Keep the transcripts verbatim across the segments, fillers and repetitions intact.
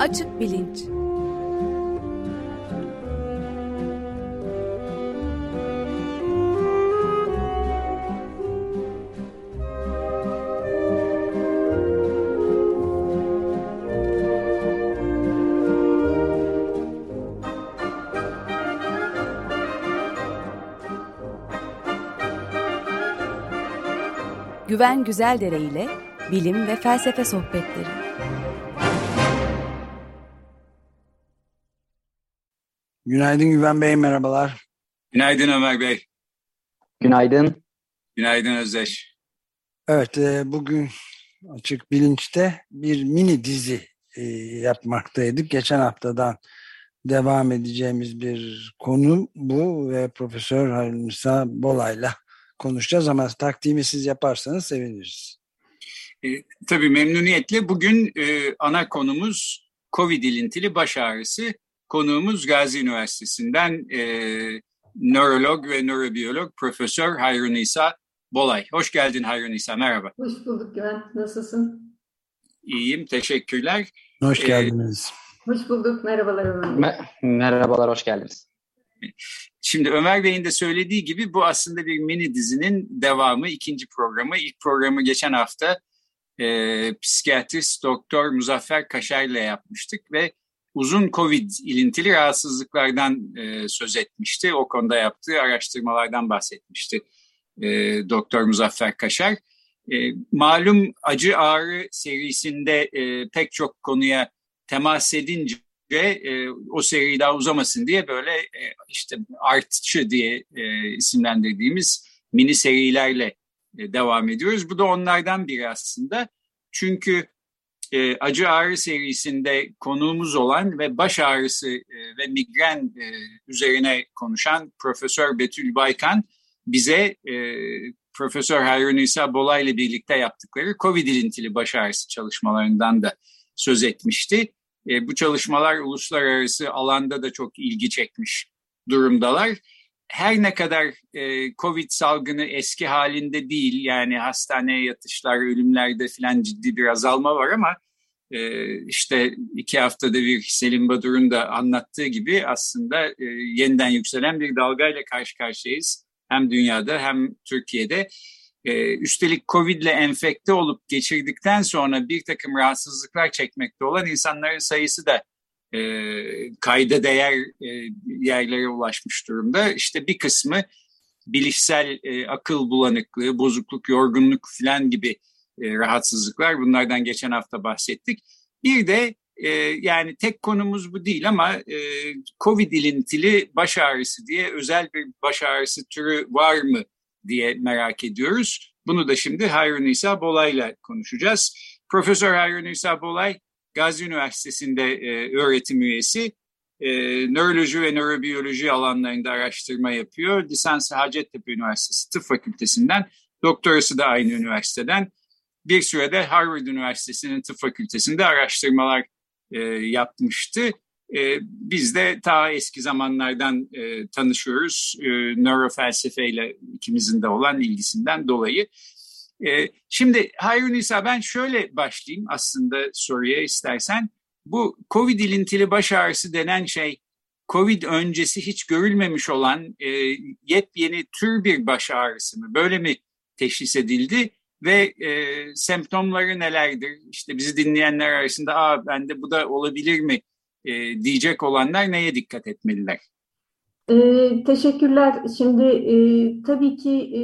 Açık Bilinç. Güven Güzeldere ile bilim ve felsefe sohbetleri. Günaydın Güven Bey, merhabalar. Günaydın Ömer Bey. Günaydın. Günaydın Özdeş. Evet, bugün Açık Bilinç'te bir mini dizi yapmaktaydık. Geçen haftadan devam edeceğimiz bir konu bu ve Profesör Hayrunisa Bolay'la konuşacağız ama takdimi siz yaparsanız seviniriz. E, tabii memnuniyetle. Bugün e, ana konumuz Covid ilintili baş ağrısı. Konuğumuz Gazi Üniversitesi'nden e, nörolog ve nörobiyolog Profesör Hayrunisa Bolay. Hoş geldin Hayrunisa, merhaba. Hoş bulduk Güven, nasılsın? İyiyim, teşekkürler. Hoş geldiniz. Ee, hoş bulduk, merhabalar Ömer Bey. Me- merhabalar, hoş geldiniz. Şimdi Ömer Bey'in de söylediği gibi bu aslında bir mini dizinin devamı, ikinci programı. İlk programı geçen hafta e, psikiyatrist Doktor Muzaffer Kaşar ile yapmıştık ve uzun Covid ilintili rahatsızlıklardan e, söz etmişti. O konuda yaptığı araştırmalardan bahsetmişti e, Doktor Muzaffer Kaşar. E, malum acı ağrı serisinde e, pek çok konuya temas edince e, o seri daha uzamasın diye böyle e, işte artçı diye e, isimlendirdiğimiz mini serilerle e, devam ediyoruz. Bu da onlardan biri aslında. Çünkü e, acı ağrı serisinde konuğumuz olan ve baş ağrısı e, ve migren e, üzerine konuşan Profesör Betül Baykan bize e, Profesör Hayrunisa Bolay ile birlikte yaptıkları Covid ilintili baş ağrısı çalışmalarından da söz etmişti. E, bu çalışmalar uluslararası alanda da çok ilgi çekmiş durumdalar. Her ne kadar e, Covid salgını eski halinde değil, yani hastaneye yatışlar, ölümlerde filan ciddi bir azalma var ama e, işte iki haftada bir Selim Badur'un da anlattığı gibi aslında e, yeniden yükselen bir dalgayla karşı karşıyayız. Hem dünyada hem Türkiye'de. Ee, üstelik Covid ile enfekte olup geçirdikten sonra bir takım rahatsızlıklar çekmekte olan insanların sayısı da e, kayda değer e, yerlere ulaşmış durumda. İşte bir kısmı bilişsel e, akıl bulanıklığı, bozukluk, yorgunluk falan gibi e, rahatsızlıklar. Bunlardan geçen hafta bahsettik. Bir de e, yani tek konumuz bu değil ama e, Covid ilintili baş ağrısı diye özel bir baş ağrısı türü var mı diye merak ediyoruz. Bunu da şimdi Hayrunisa Bolay'la konuşacağız. Profesör Hayrunisa Bolay, Gazi Üniversitesi'nde e, öğretim üyesi. E, nöroloji ve nörobiyoloji alanlarında araştırma yapıyor. Lisansı Hacettepe Üniversitesi Tıp Fakültesinden, doktorası da aynı üniversiteden. Bir sürede Harvard Üniversitesi'nin Tıp Fakültesi'nde araştırmalar e, yapmıştı. E, biz de ta eski zamanlardan e, tanışıyoruz. E, nörofelsefeyle ikimizin de olan ilgisinden dolayı. E, şimdi Hayrunisa, ben şöyle başlayayım aslında soruya istersen. Bu Covid ilintili baş ağrısı denen şey, Covid öncesi hiç görülmemiş olan e, yepyeni tür bir baş ağrısı mı? Böyle mi teşhis edildi? Ve e, semptomları nelerdir? İşte bizi dinleyenler arasında "Aa, bende bu da olabilir mi?" E, diyecek olanlar neye dikkat etmeliler? Ee, teşekkürler. Şimdi e, tabii ki e,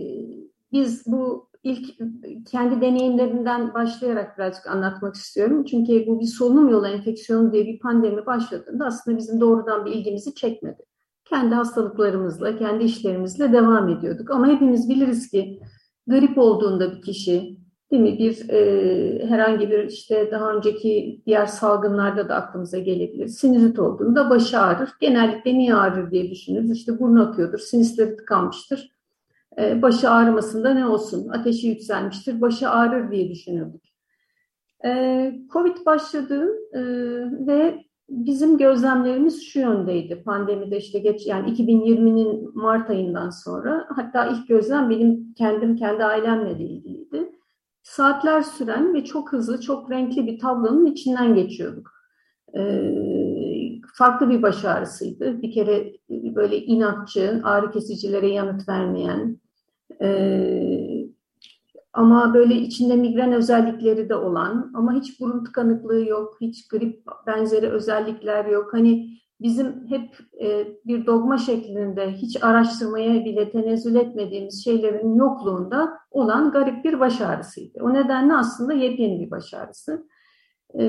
biz bu ilk kendi deneyimlerimden başlayarak birazcık anlatmak istiyorum. Çünkü bu bir solunum yolu enfeksiyonu diye bir pandemi başladığında aslında bizim doğrudan bir ilgimizi çekmedi. Kendi hastalıklarımızla, kendi işlerimizle devam ediyorduk. Ama hepimiz biliriz ki grip olduğunda bir kişi, değil mi, bir e, herhangi bir işte daha önceki diğer salgınlarda da aklımıza gelebilir. Sinüzit olduğunda başı ağrır. Genellikle niye ağrır diye düşünürüz. İşte burnu akıyordur, sinüsleri tıkanmıştır. E, başı ağrımasında ne olsun? Ateşi yükselmiştir, başı ağrır diye düşünürdük. E, Covid başladı e, ve bizim gözlemlerimiz şu yöndeydi. Pandemide işte geç, yani iki bin yirminin Mart ayından sonra, hatta ilk gözlem benim kendim kendi ailemle de ilgiliydi. Saatler süren ve çok hızlı, çok renkli bir tablonun içinden geçiyorduk. Farklı bir baş ağrısıydı. Bir kere böyle inatçı, ağrı kesicilere yanıt vermeyen, ama böyle içinde migren özellikleri de olan, ama hiç burun tıkanıklığı yok, hiç grip benzeri özellikler yok. Hani bizim hep e, bir dogma şeklinde hiç araştırmaya bile tenezzül etmediğimiz şeylerin yokluğunda olan garip bir baş ağrısıydı. O nedenle aslında yepyeni bir baş ağrısı. E,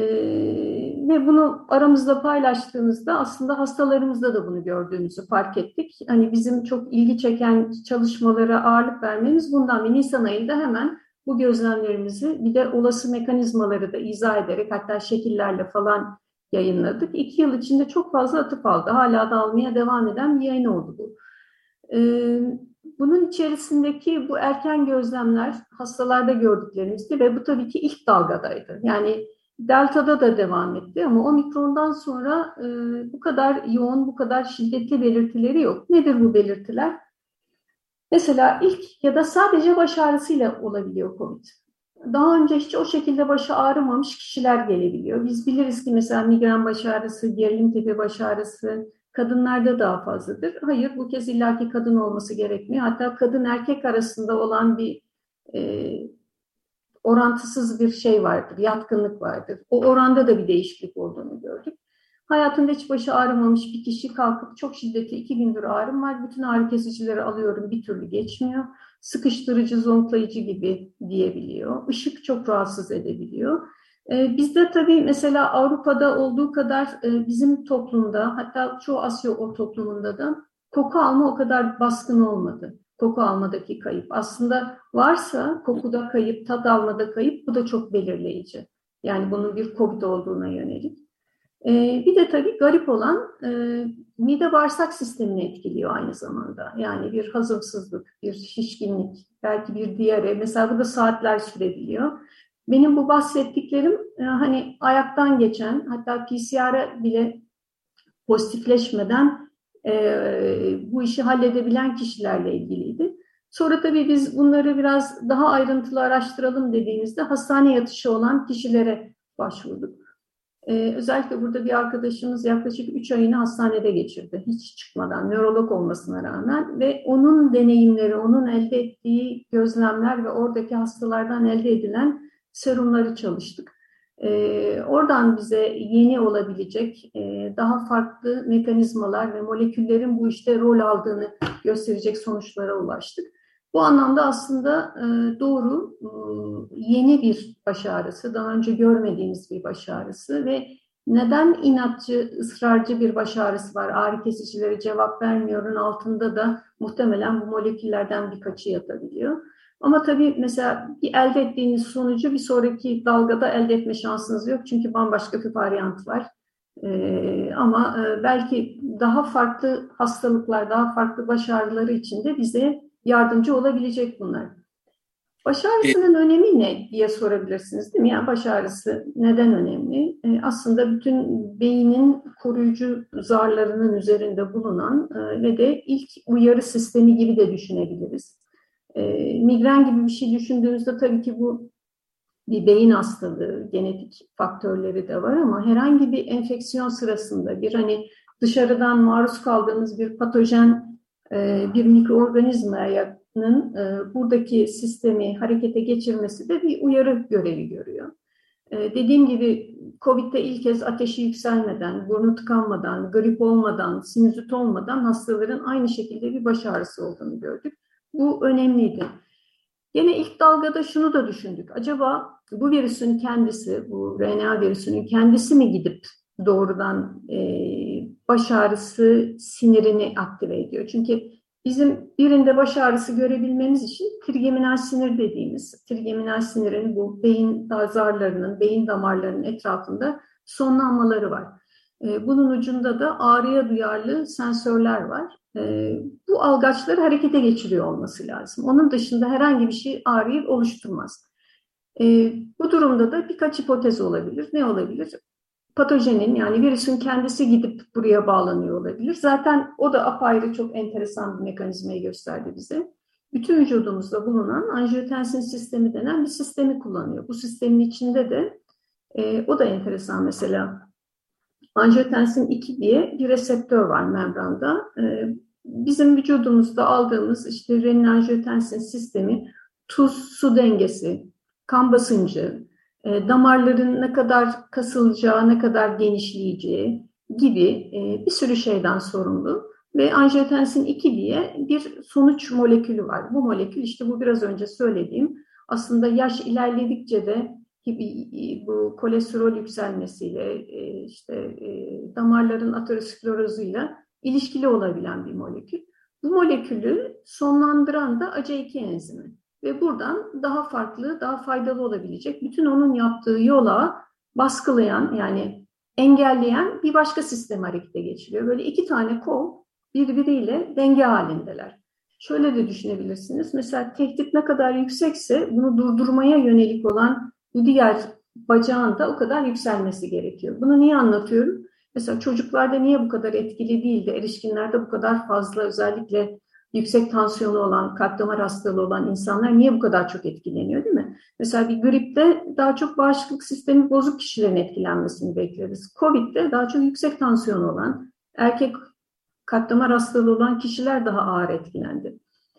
ve bunu aramızda paylaştığımızda aslında hastalarımızda da bunu gördüğümüzü fark ettik. Hani bizim çok ilgi çeken çalışmalara ağırlık vermemiz bundan bir Nisan ayında hemen bu gözlemlerimizi bir de olası mekanizmaları da izah ederek hatta şekillerle falan yayınladık. İki yıl içinde çok fazla atıf aldı. Hala da almaya devam eden bir yayın oldu bu. Ee, bunun içerisindeki bu erken gözlemler hastalarda gördüklerimizdi ve bu tabii ki ilk dalgadaydı. Yani Delta'da da devam etti ama Omikron'dan sonra e, bu kadar yoğun, bu kadar şiddetli belirtileri yok. Nedir bu belirtiler? Mesela ilk ya da sadece baş ağrısıyla olabiliyor COVID. Daha önce hiç o şekilde başı ağrımamış kişiler gelebiliyor. Biz biliriz ki mesela migren baş ağrısı, gerilim tipi baş ağrısı kadınlarda daha fazladır. Hayır, bu kez illaki kadın olması gerekmiyor. Hatta kadın erkek arasında olan bir e, orantısız bir şey vardır, yatkınlık vardır. O oranda da bir değişiklik olduğunu gördük. Hayatında hiç başı ağrımamış bir kişi kalkıp çok şiddetli iki gündür ağrım var, bütün ağrı kesicileri alıyorum bir türlü geçmiyor. Sıkıştırıcı, zonklayıcı gibi diyebiliyor. Işık çok rahatsız edebiliyor. Ee, bizde tabii mesela Avrupa'da olduğu kadar e, bizim toplumda, hatta çoğu Asya o toplumunda da koku alma o kadar baskın olmadı. Koku almadaki kayıp. Aslında varsa kokuda kayıp, tat almada kayıp, bu da çok belirleyici. Yani bunun bir COVID olduğuna yönelik. Ee, bir de tabii garip olan e, mide bağırsak sistemini etkiliyor aynı zamanda. Yani bir hazımsızlık, bir şişkinlik, belki bir diyare. Mesela bu da saatler sürebiliyor. Benim bu bahsettiklerim e, hani ayaktan geçen, hatta P C R'a bile pozitifleşmeden e, bu işi halledebilen kişilerle ilgiliydi. Sonra tabii biz bunları biraz daha ayrıntılı araştıralım dediğimizde hastane yatışı olan kişilere başvurduk. Ee, özellikle burada bir arkadaşımız yaklaşık üç ayını hastanede geçirdi. Hiç çıkmadan, nörolog olmasına rağmen ve onun deneyimleri, onun elde ettiği gözlemler ve oradaki hastalardan elde edilen serumları çalıştık. Ee, oradan bize yeni olabilecek e, daha farklı mekanizmalar ve moleküllerin bu işte rol aldığını gösterecek sonuçlara ulaştık. Bu anlamda aslında doğru, yeni bir baş ağrısı, daha önce görmediğimiz bir baş ağrısı ve neden inatçı, ısrarcı bir baş ağrısı var? Ağrı kesicilere cevap vermiyorun altında da muhtemelen bu moleküllerden birkaçı yatabiliyor. Ama tabii mesela bir elde ettiğiniz sonucu bir sonraki dalgada elde etme şansınız yok. Çünkü bambaşka bir varyant var. Ee, ama belki daha farklı hastalıklar, daha farklı baş ağrıları için de bize yardımcı olabilecek bunlar. Baş ağrısının önemi ne diye sorabilirsiniz değil mi? Yani baş ağrısı neden önemli? Ee, aslında bütün beynin koruyucu zarlarının üzerinde bulunan e, ve de ilk uyarı sistemi gibi de düşünebiliriz. E, migren gibi bir şey düşündüğünüzde tabii ki bu bir beyin hastalığı, genetik faktörleri de var ama herhangi bir enfeksiyon sırasında bir hani dışarıdan maruz kaldığınız bir patojen bir mikroorganizmanın buradaki sistemi harekete geçirmesi de bir uyarı görevi görüyor. Dediğim gibi COVID'de ilk kez ateşi yükselmeden, burnu tıkanmadan, grip olmadan, sinüzit olmadan hastaların aynı şekilde bir baş ağrısı olduğunu gördük. Bu önemliydi. Yine ilk dalgada şunu da düşündük. Acaba bu virüsün kendisi, bu R N A virüsünün kendisi mi gidip doğrudan e, baş ağrısı sinirini aktive ediyor? Çünkü bizim birinde baş ağrısı görebilmemiz için trigeminal sinir dediğimiz, trigeminal sinirin bu beyin zarlarının, beyin damarlarının etrafında sonlanmaları var. E, bunun ucunda da ağrıya duyarlı sensörler var. E, bu algaçları harekete geçiriyor olması lazım. Onun dışında herhangi bir şey ağrıyı oluşturmaz. E, bu durumda da birkaç hipotez olabilir. Ne olabilir? Patojenin yani virüsün kendisi gidip buraya bağlanıyor olabilir. Zaten o da apayrı çok enteresan bir mekanizmayı gösterdi bize. Bütün vücudumuzda bulunan angiotensin sistemi denen bir sistemi kullanıyor. Bu sistemin içinde de e, o da enteresan mesela. Angiotensin iki diye bir reseptör var membranda. Bizim vücudumuzda aldığımız işte renin-angiotensin sistemi tuz-su dengesi, kan basıncı, damarların ne kadar kasılacağı, ne kadar genişleyeceği gibi bir sürü şeyden sorumlu. Ve angiotensin iki diye bir sonuç molekülü var. Bu molekül işte bu biraz önce söylediğim aslında yaş ilerledikçe de bu kolesterol yükselmesiyle işte damarların aterosklerozuyla ilişkili olabilen bir molekül. Bu molekülü sonlandıran da A C E iki enzimi ve buradan daha farklı, daha faydalı olabilecek bütün onun yaptığı yola baskılayan yani engelleyen bir başka sistem harekete geçiriyor. Böyle iki tane kol birbiriyle denge halindeler. Şöyle de düşünebilirsiniz. Mesela tehdit ne kadar yüksekse bunu durdurmaya yönelik olan bu diğer bacağın da o kadar yükselmesi gerekiyor. Bunu niye anlatıyorum? Mesela çocuklarda niye bu kadar etkili değil de erişkinlerde bu kadar fazla özellikle yüksek tansiyonu olan, kalp damar hastalığı olan insanlar niye bu kadar çok etkileniyor değil mi? Mesela bir gripte daha çok bağışıklık sistemi bozuk kişilerin etkilenmesini bekleriz. Covid'de daha çok yüksek tansiyonu olan, erkek kalp damar hastalığı olan kişiler daha ağır etkilendi.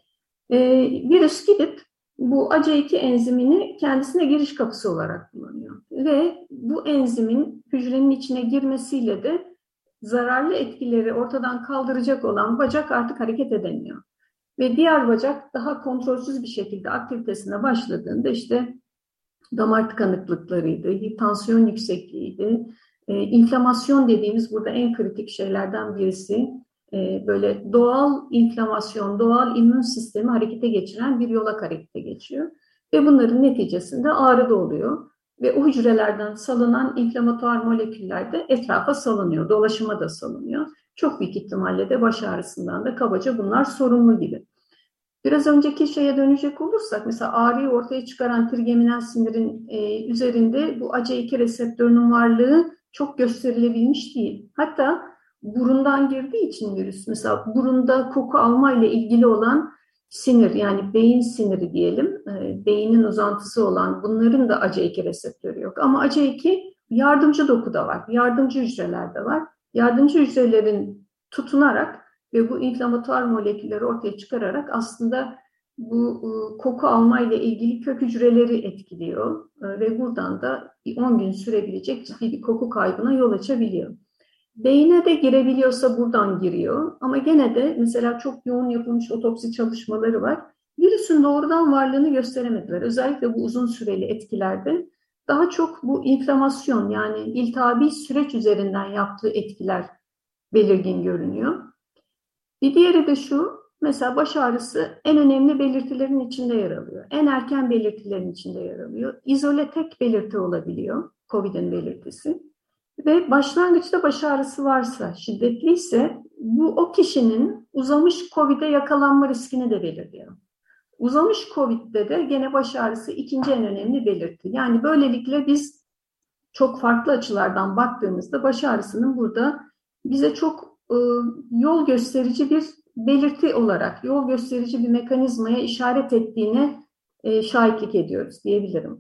Ee, virüs gidip bu A C E iki enzimini kendisine giriş kapısı olarak kullanıyor. Ve bu enzimin hücrenin içine girmesiyle de zararlı etkileri ortadan kaldıracak olan bacak artık hareket edemiyor. Ve diğer bacak daha kontrolsüz bir şekilde aktivitesine başladığında işte damar tıkanıklıklarıydı, tansiyon yüksekliğiydi, e, inflamasyon dediğimiz burada en kritik şeylerden birisi. Böyle doğal inflamasyon, doğal immün sistemi harekete geçiren bir yola harekete geçiyor. Ve bunların neticesinde ağrı da oluyor. Ve o hücrelerden salınan inflamatuar moleküller de etrafa salınıyor, dolaşıma da salınıyor. Çok büyük ihtimalle de baş ağrısından da kabaca bunlar sorumlu gibi. Biraz önceki şeye dönecek olursak, mesela ağrıyı ortaya çıkaran trigeminal sinirin e, üzerinde bu A C E iki reseptörünün varlığı çok gösterilebilmiş değil. Hatta burundan girdiği için virüs, mesela burunda koku alma ile ilgili olan sinir, yani beyin siniri diyelim, e, beynin uzantısı olan bunların da A C E iki reseptörü yok. Ama A C E iki yardımcı dokuda var, yardımcı hücrelerde var. Yardımcı hücrelerin tutunarak ve bu inflamatuar molekülleri ortaya çıkararak aslında bu e, koku alma ile ilgili kök hücreleri etkiliyor e, ve buradan da on gün sürebilecek ciddi bir koku kaybına yol açabiliyor. Beyine de girebiliyorsa buradan giriyor ama gene de mesela çok yoğun yapılmış otopsi çalışmaları var. Virüsün doğrudan varlığını gösteremediler. Özellikle bu uzun süreli etkilerde daha çok bu inflamasyon yani iltihabi süreç üzerinden yaptığı etkiler belirgin görünüyor. Bir diğeri de şu, mesela baş ağrısı en önemli belirtilerin içinde yer alıyor. En erken belirtilerin içinde yer alıyor. İzole tek belirti olabiliyor, COVID'in belirtisi. Ve başlangıçta baş ağrısı varsa, şiddetliyse bu o kişinin uzamış COVID'e yakalanma riskini de belirliyor. Uzamış COVID'de de gene baş ağrısı ikinci en önemli belirti. Yani böylelikle biz çok farklı açılardan baktığımızda baş ağrısının burada bize çok e, yol gösterici bir belirti olarak, yol gösterici bir mekanizmaya işaret ettiğine e, şahitlik ediyoruz diyebilirim.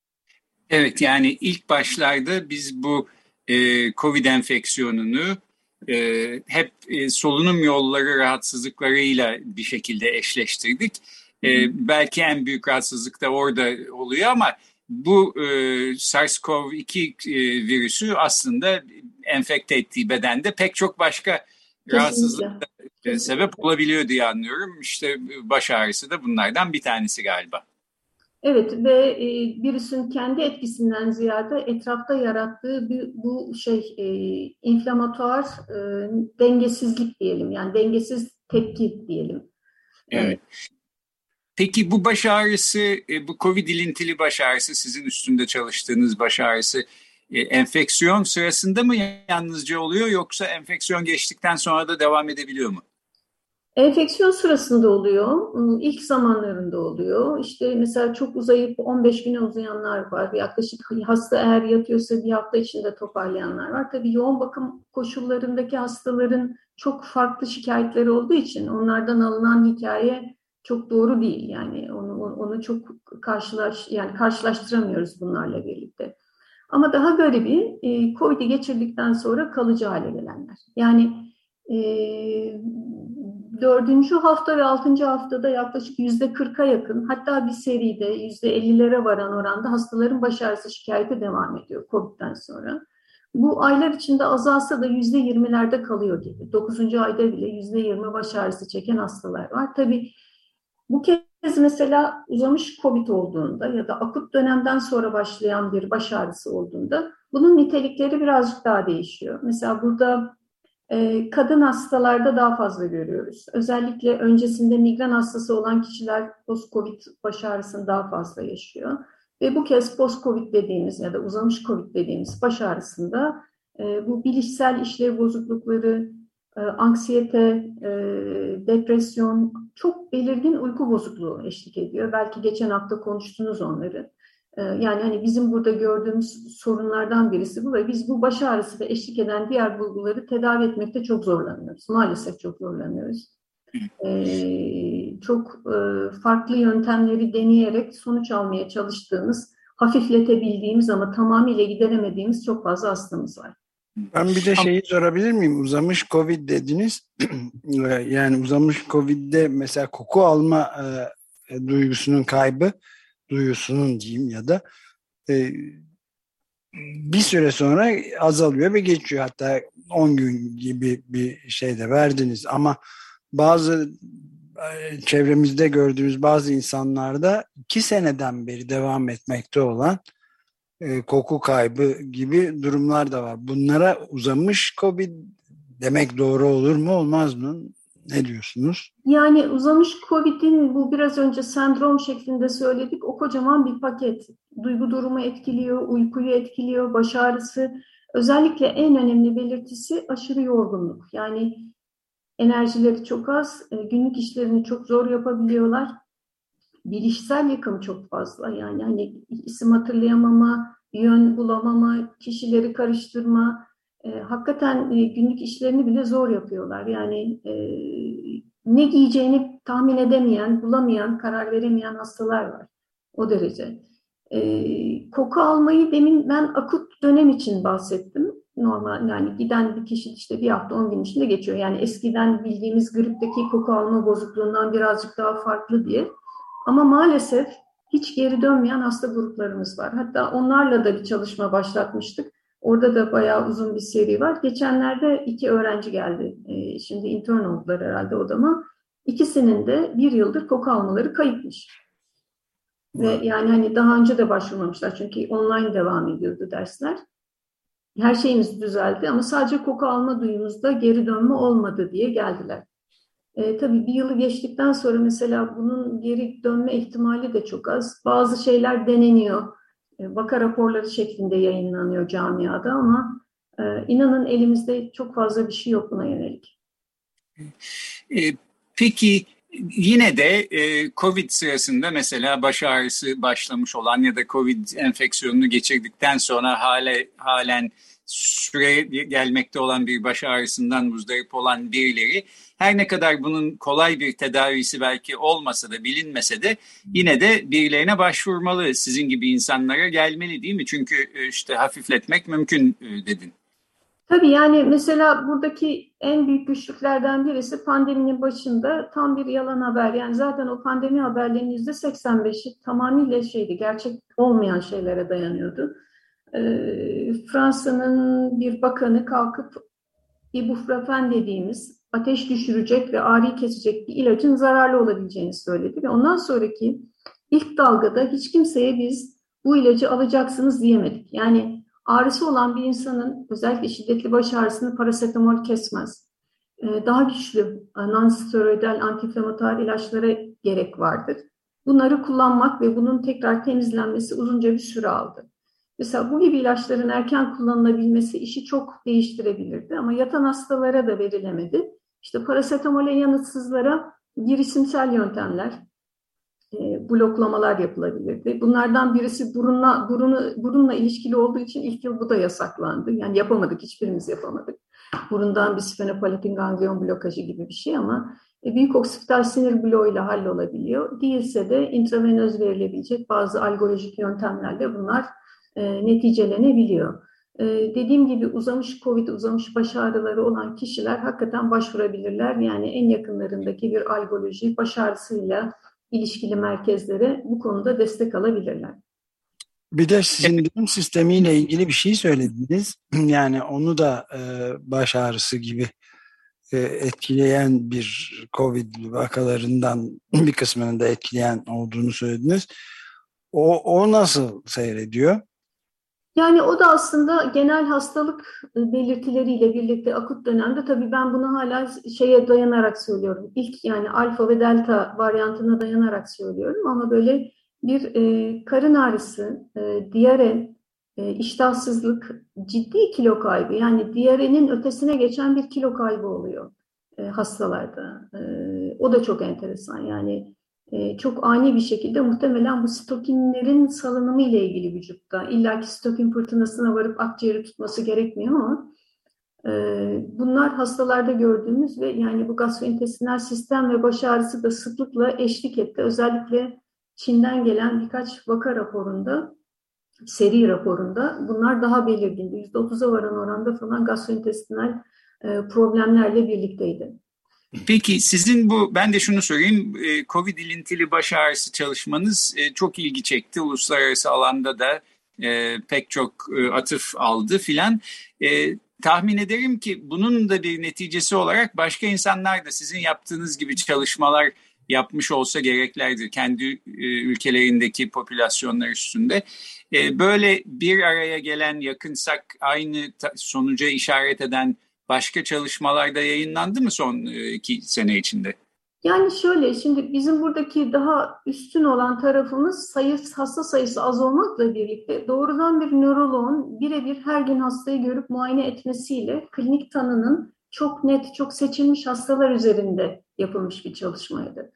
Evet, yani ilk başlarda biz bu e, COVID enfeksiyonunu e, hep e, solunum yolları rahatsızlıklarıyla bir şekilde eşleştirdik. E, belki en büyük rahatsızlık da orada oluyor ama bu e, SARS-CoV iki e, virüsü aslında enfekte ettiği bedende pek çok başka rahatsızlık da sebep olabiliyor diye anlıyorum. İşte baş ağrısı da bunlardan bir tanesi galiba. Evet ve e, virüsün kendi etkisinden ziyade etrafta yarattığı bir, bu şey e, inflamatuar e, dengesizlik diyelim, yani dengesiz tepki diyelim. Evet. Peki bu baş ağrısı, bu COVID ilintili baş ağrısı, sizin üstünde çalıştığınız baş ağrısı enfeksiyon sırasında mı yalnızca oluyor yoksa enfeksiyon geçtikten sonra da devam edebiliyor mu? Enfeksiyon sırasında oluyor, ilk zamanlarında oluyor. İşte mesela çok uzayıp on beş güne uzayanlar var. Yaklaşık hasta eğer yatıyorsa bir hafta içinde toparlayanlar var. Tabii yoğun bakım koşullarındaki hastaların çok farklı şikayetleri olduğu için onlardan alınan hikaye çok doğru değil. Yani onu onu çok karşılaş yani karşılaştıramıyoruz bunlarla birlikte. Ama daha garibi e, Covid'i geçirdikten sonra kalıcı hale gelenler. Yani e, dördüncü hafta ve altıncı haftada yaklaşık yüzde kırka yakın, hatta bir seride yüzde ellilere varan oranda hastaların baş ağrısı şikayeti devam ediyor Covid'den sonra. Bu aylar içinde azalsa da yüzde yirmilerde kalıyor gibi. Dokuzuncu ayda bile yüzde yirmi baş ağrısı çeken hastalar var. Tabii bu kez mesela uzamış Covid olduğunda ya da akut dönemden sonra başlayan bir baş ağrısı olduğunda bunun nitelikleri birazcık daha değişiyor. Mesela burada e, kadın hastalarda daha fazla görüyoruz. Özellikle öncesinde migren hastası olan kişiler post-Covid baş ağrısını daha fazla yaşıyor. Ve bu kez post-Covid dediğimiz ya da uzamış Covid dediğimiz baş ağrısında e, bu bilişsel işlev bozuklukları, e, anksiyete, e, depresyon, çok belirgin uyku bozukluğu eşlik ediyor. Belki geçen hafta konuştunuz onları. E, yani hani bizim burada gördüğümüz sorunlardan birisi bu ve biz bu baş ağrısı ve eşlik eden diğer bulguları tedavi etmekte çok zorlanıyoruz. Maalesef çok zorlanıyoruz. Ee, çok e, farklı yöntemleri deneyerek sonuç almaya çalıştığımız, hafifletebildiğimiz ama tamamıyla gideremediğimiz çok fazla hastamız var. Ben bir de şeyi sorabilir miyim? Uzamış Covid dediniz. Yani uzamış Covid'de mesela koku alma e, duygusunun kaybı, duyusunun diyeyim ya da e, bir süre sonra azalıyor ve geçiyor. Hatta on gün gibi bir şey de verdiniz ama bazı çevremizde gördüğümüz bazı insanlarda iki seneden beri devam etmekte olan e, koku kaybı gibi durumlar da var. Bunlara uzamış Covid demek doğru olur mu olmaz mı? Ne diyorsunuz? Yani uzamış Covid'in bu biraz önce sendrom şeklinde söyledik. O kocaman bir paket. Duygu durumu etkiliyor, uykuyu etkiliyor, baş ağrısı. Özellikle en önemli belirtisi aşırı yorgunluk. Yani enerjileri çok az, günlük işlerini çok zor yapabiliyorlar. Bilişsel yıkım çok fazla. Yani hani isim hatırlayamama, yön bulamama, kişileri karıştırma, e, hakikaten e, günlük işlerini bile zor yapıyorlar. Yani e, ne giyeceğini tahmin edemeyen, bulamayan, karar veremeyen hastalar var. O derece. E, koku almayı demin ben akut dönem için bahsettim. Normal yani giden bir kişi işte bir hafta on gün içinde geçiyor. Yani eskiden bildiğimiz gripteki koku alma bozukluğundan birazcık daha farklı diye. Ama maalesef hiç geri dönmeyen hasta gruplarımız var. Hatta onlarla da bir çalışma başlatmıştık. Orada da bayağı uzun bir seri var. Geçenlerde iki öğrenci geldi. Ee, şimdi intern oldular herhalde odama. İkisinin de bir yıldır koku almaları kayıpmış. Ve yani hani daha önce de başvurmamışlar. Çünkü online devam ediyordu dersler. Her şeyimiz düzeldi ama sadece koku alma duyumuzda geri dönme olmadı diye geldiler. E, tabii bir yılı geçtikten sonra mesela bunun geri dönme ihtimali de çok az. Bazı şeyler deneniyor. E, vaka raporları şeklinde yayınlanıyor camiada ama e, inanın elimizde çok fazla bir şey yok buna yönelik. E, peki yine de e, Covid sırasında mesela baş ağrısı başlamış olan ya da Covid enfeksiyonunu geçirdikten sonra hale, halen süre gelmekte olan bir baş ağrısından muzdarip olan birileri her ne kadar bunun kolay bir tedavisi belki olmasa da bilinmese de yine de birilerine başvurmalı. Sizin gibi insanlara gelmeli değil mi? Çünkü işte hafifletmek mümkün dedin. Tabii yani mesela buradaki en büyük güçlüklerden birisi pandeminin başında tam bir yalan haber. Yani zaten o pandemi haberlerinin yüzde seksen beşi tamamıyla şeydi, gerçek olmayan şeylere dayanıyordu. Ee, Fransa'nın bir bakanı kalkıp ibuprofen dediğimiz ateş düşürecek ve ağrıyı kesecek bir ilacın zararlı olabileceğini söyledi. Ve ondan sonraki ilk dalgada hiç kimseye biz bu ilacı alacaksınız diyemedik. Yani ağrısı olan bir insanın özellikle şiddetli baş ağrısını parasetamol kesmez. Daha güçlü non-steroidal antiinflamatuar ilaçlara gerek vardır. Bunları kullanmak ve bunun tekrar temizlenmesi uzunca bir süre aldı. Mesela bu gibi ilaçların erken kullanılabilmesi işi çok değiştirebilirdi ama yatan hastalara da verilemedi. İşte parasetamole yanıtsızlara girişimsel yöntemler, e, bloklamalar yapılabilirdi. Bunlardan birisi burunla, burunu, burunla ilişkili olduğu için ilk yıl bu da yasaklandı. Yani yapamadık, hiçbirimiz yapamadık. Burundan bir sfenopalatin ganglion blokajı gibi bir şey ama e, büyük oksipital sinir bloğuyla hallolabiliyor. Değilse de intravenöz verilebilecek bazı algolojik yöntemlerle bunlar e, neticelenebiliyor. E, dediğim gibi uzamış COVID, uzamış baş ağrıları olan kişiler hakikaten başvurabilirler. Yani en yakınlarındaki bir algoloji baş ağrısıyla ilişkili merkezlere bu konuda destek alabilirler. Bir de sindirim sistemiyle ilgili bir şey söylediniz. Yani onu da e, baş ağrısı gibi e, etkileyen bir COVID vakalarından bir kısmını da etkileyen olduğunu söylediniz. O, o nasıl seyrediyor? Yani o da aslında genel hastalık belirtileriyle birlikte akut dönemde, tabii ben bunu hala şeye dayanarak söylüyorum. İlk yani alfa ve delta varyantına dayanarak söylüyorum ama böyle bir e, karın ağrısı, e, diyare, e, iştahsızlık, ciddi kilo kaybı, yani diyarenin ötesine geçen bir kilo kaybı oluyor e, hastalarda. E, o da çok enteresan yani. Ee, çok ani bir şekilde muhtemelen bu sitokinlerin salınımı ile ilgili vücutta. İlla ki sitokin fırtınasına varıp akciğeri tutması gerekmiyor ama e, bunlar hastalarda gördüğümüz ve yani bu gastrointestinal sistem ve baş ağrısı da sıklıkla eşlik etti. Özellikle Çin'den gelen birkaç vaka raporunda, seri raporunda bunlar daha belirgindi. yüzde otuza varan oranda falan gastrointestinal e, problemlerle birlikteydi. Peki sizin bu, ben de şunu sorayım, COVID ilintili baş ağrısı çalışmanız çok ilgi çekti. Uluslararası alanda da e, pek çok e, atıf aldı filan. E, tahmin ederim ki bunun da bir neticesi olarak başka insanlar da sizin yaptığınız gibi çalışmalar yapmış olsa gereklerdir kendi e, ülkelerindeki popülasyonlar üstünde. E, böyle bir araya gelen, yakınsak aynı ta- sonuca işaret eden başka çalışmalarda yayınlandı mı son iki sene içinde? Yani şöyle, şimdi bizim buradaki daha üstün olan tarafımız sayı, hasta sayısı az olmakla birlikte doğrudan bir nöroloğun birebir her gün hastayı görüp muayene etmesiyle klinik tanının çok net, çok seçilmiş hastalar üzerinde yapılmış bir çalışmaydı.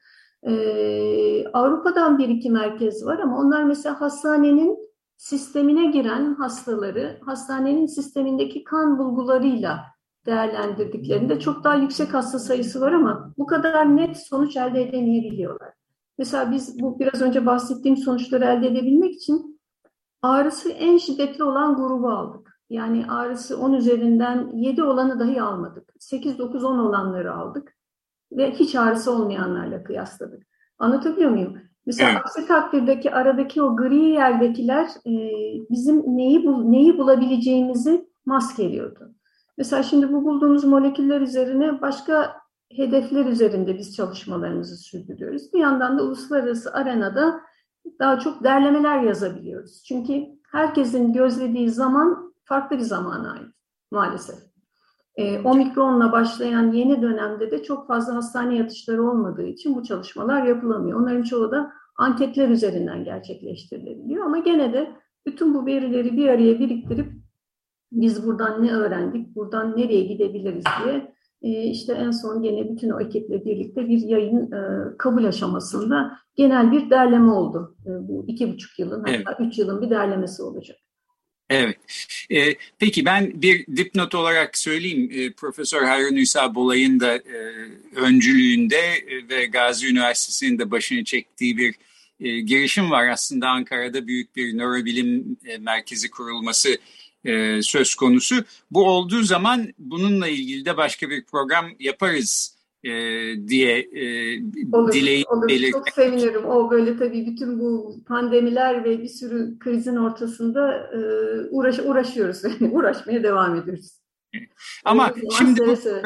Ee, Avrupa'dan bir iki merkez var ama onlar mesela hastanenin sistemine giren hastaları hastanenin sistemindeki kan bulgularıyla değerlendirdiklerinde çok daha yüksek hasta sayısı var ama bu kadar net sonuç elde edemeyebiliyorlar. Mesela biz bu biraz önce bahsettiğim sonuçları elde edebilmek için ağrısı en şiddetli olan grubu aldık. Yani ağrısı on üzerinden yedi olanı dahi almadık. sekiz, dokuz, on olanları aldık ve hiç ağrısı olmayanlarla kıyasladık. Anlatabiliyor muyum? Mesela Evet. aksi takdirdeki aradaki o gri yerdekiler e, bizim neyi bul, neyi bulabileceğimizi maskeliyordu. Mesela şimdi bu bulduğumuz moleküller üzerine başka hedefler üzerinde biz çalışmalarımızı sürdürüyoruz. Bir yandan da uluslararası arenada daha çok derlemeler yazabiliyoruz. Çünkü herkesin gözlediği zaman farklı bir zamana ait maalesef. E, omikronla başlayan yeni dönemde de çok fazla hastane yatışları olmadığı için bu çalışmalar yapılamıyor. Onların çoğu da anketler üzerinden gerçekleştirilebiliyor ama gene de bütün bu verileri bir araya biriktirip biz buradan ne öğrendik, buradan nereye gidebiliriz diye e, işte en son gene bütün o ekiple birlikte bir yayın e, kabul aşamasında genel bir derleme oldu. E, bu iki buçuk yılın Evet. hatta üç yılın bir derlemesi olacak. Evet. Ee, peki ben bir dipnot olarak söyleyeyim. Ee, Profesör Harun Üsa Bolay'ın da e, öncülüğünde e, ve Gazi Üniversitesi'nin de başını çektiği bir e, girişim var. Aslında Ankara'da büyük bir nörobilim e, merkezi kurulması e, söz konusu. Bu olduğu zaman bununla ilgili de başka bir program yaparız e, diye e, Olur, dileği olur. belirtmek. Çok sevinirim. O böyle tabii bütün bu pandemiler ve bir sürü krizin ortasında e, uğraş, uğraşıyoruz. Uğraşmaya devam ediyoruz. Ama şimdi seve bu seve.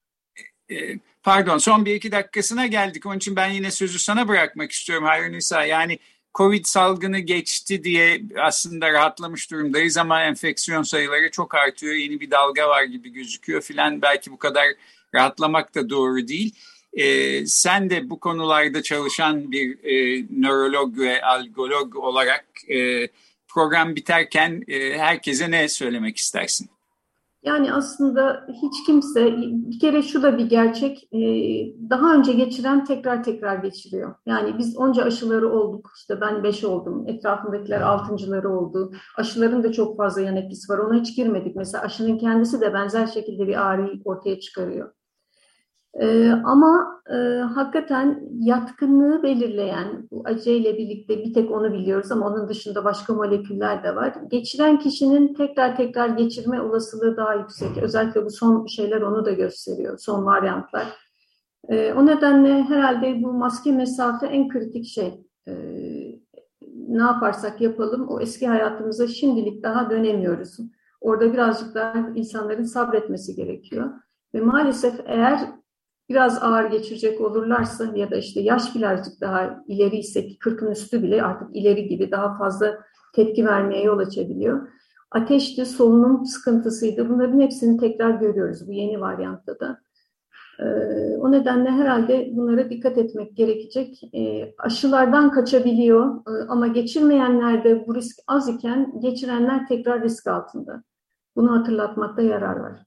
e, pardon son bir iki dakikasına geldik. Onun için ben yine sözü sana bırakmak istiyorum Harun İsa. Yani Covid salgını geçti diye aslında rahatlamış durumdayız ama enfeksiyon sayıları çok artıyor. Yeni bir dalga var gibi gözüküyor filan. Belki bu kadar rahatlamak da doğru değil. Ee, sen de bu konularda çalışan bir e, nörolog ve algolog olarak e, program biterken e, herkese ne söylemek istersin? Yani aslında hiç kimse, bir kere şu da bir gerçek, daha önce geçiren tekrar tekrar geçiriyor. Yani biz onca aşıları olduk, işte ben beş oldum, etrafındakiler altıncıları oldu. Aşıların da çok fazla yan etkisi var, ona hiç girmedik. Mesela aşının kendisi de benzer şekilde bir ağrıyı ortaya çıkarıyor. Ee, ama e, hakikaten yatkınlığı belirleyen, bu acıyla birlikte bir tek onu biliyoruz ama onun dışında başka moleküller de var. Geçiren kişinin tekrar tekrar geçirme olasılığı daha yüksek. Özellikle bu son şeyler onu da gösteriyor, son varyantlar. Ee, o nedenle herhalde bu maske mesafe en kritik şey. Ee, ne yaparsak yapalım o eski hayatımıza şimdilik daha dönemiyoruz. Orada birazcık daha insanların sabretmesi gerekiyor. Ve maalesef eğer biraz ağır geçirecek olurlarsa ya da işte yaş birazcık daha ileri ise kırkın üstü bile artık ileri gibi daha fazla tepki vermeye yol açabiliyor. Ateşti, solunum sıkıntısıydı. Bunların hepsini tekrar görüyoruz bu yeni varyantta da. Ee, o nedenle herhalde bunlara dikkat etmek gerekecek. Ee, aşılardan kaçabiliyor ee, ama geçirmeyenlerde bu risk az iken geçirenler tekrar risk altında. Bunu hatırlatmakta yarar var.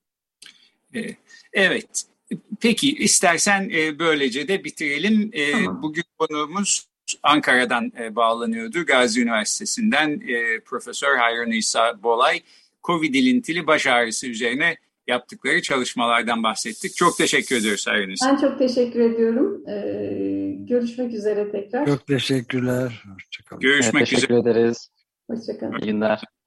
Evet. Peki istersen böylece de bitirelim. Tamam. Bugün konuğumuz Ankara'dan bağlanıyordu. Gazi Üniversitesi'nden Profesör Hayron İsa Bolay. Covid ilintili baş ağrısı üzerine yaptıkları çalışmalardan bahsettik. Çok teşekkür ediyoruz Hayron İsa. Ben çok teşekkür ediyorum. Ee, görüşmek üzere tekrar. Çok teşekkürler. Hoşçakalın. Görüşmek evet, teşekkür üzere. ederiz. Hoşçakalın. İyi günler.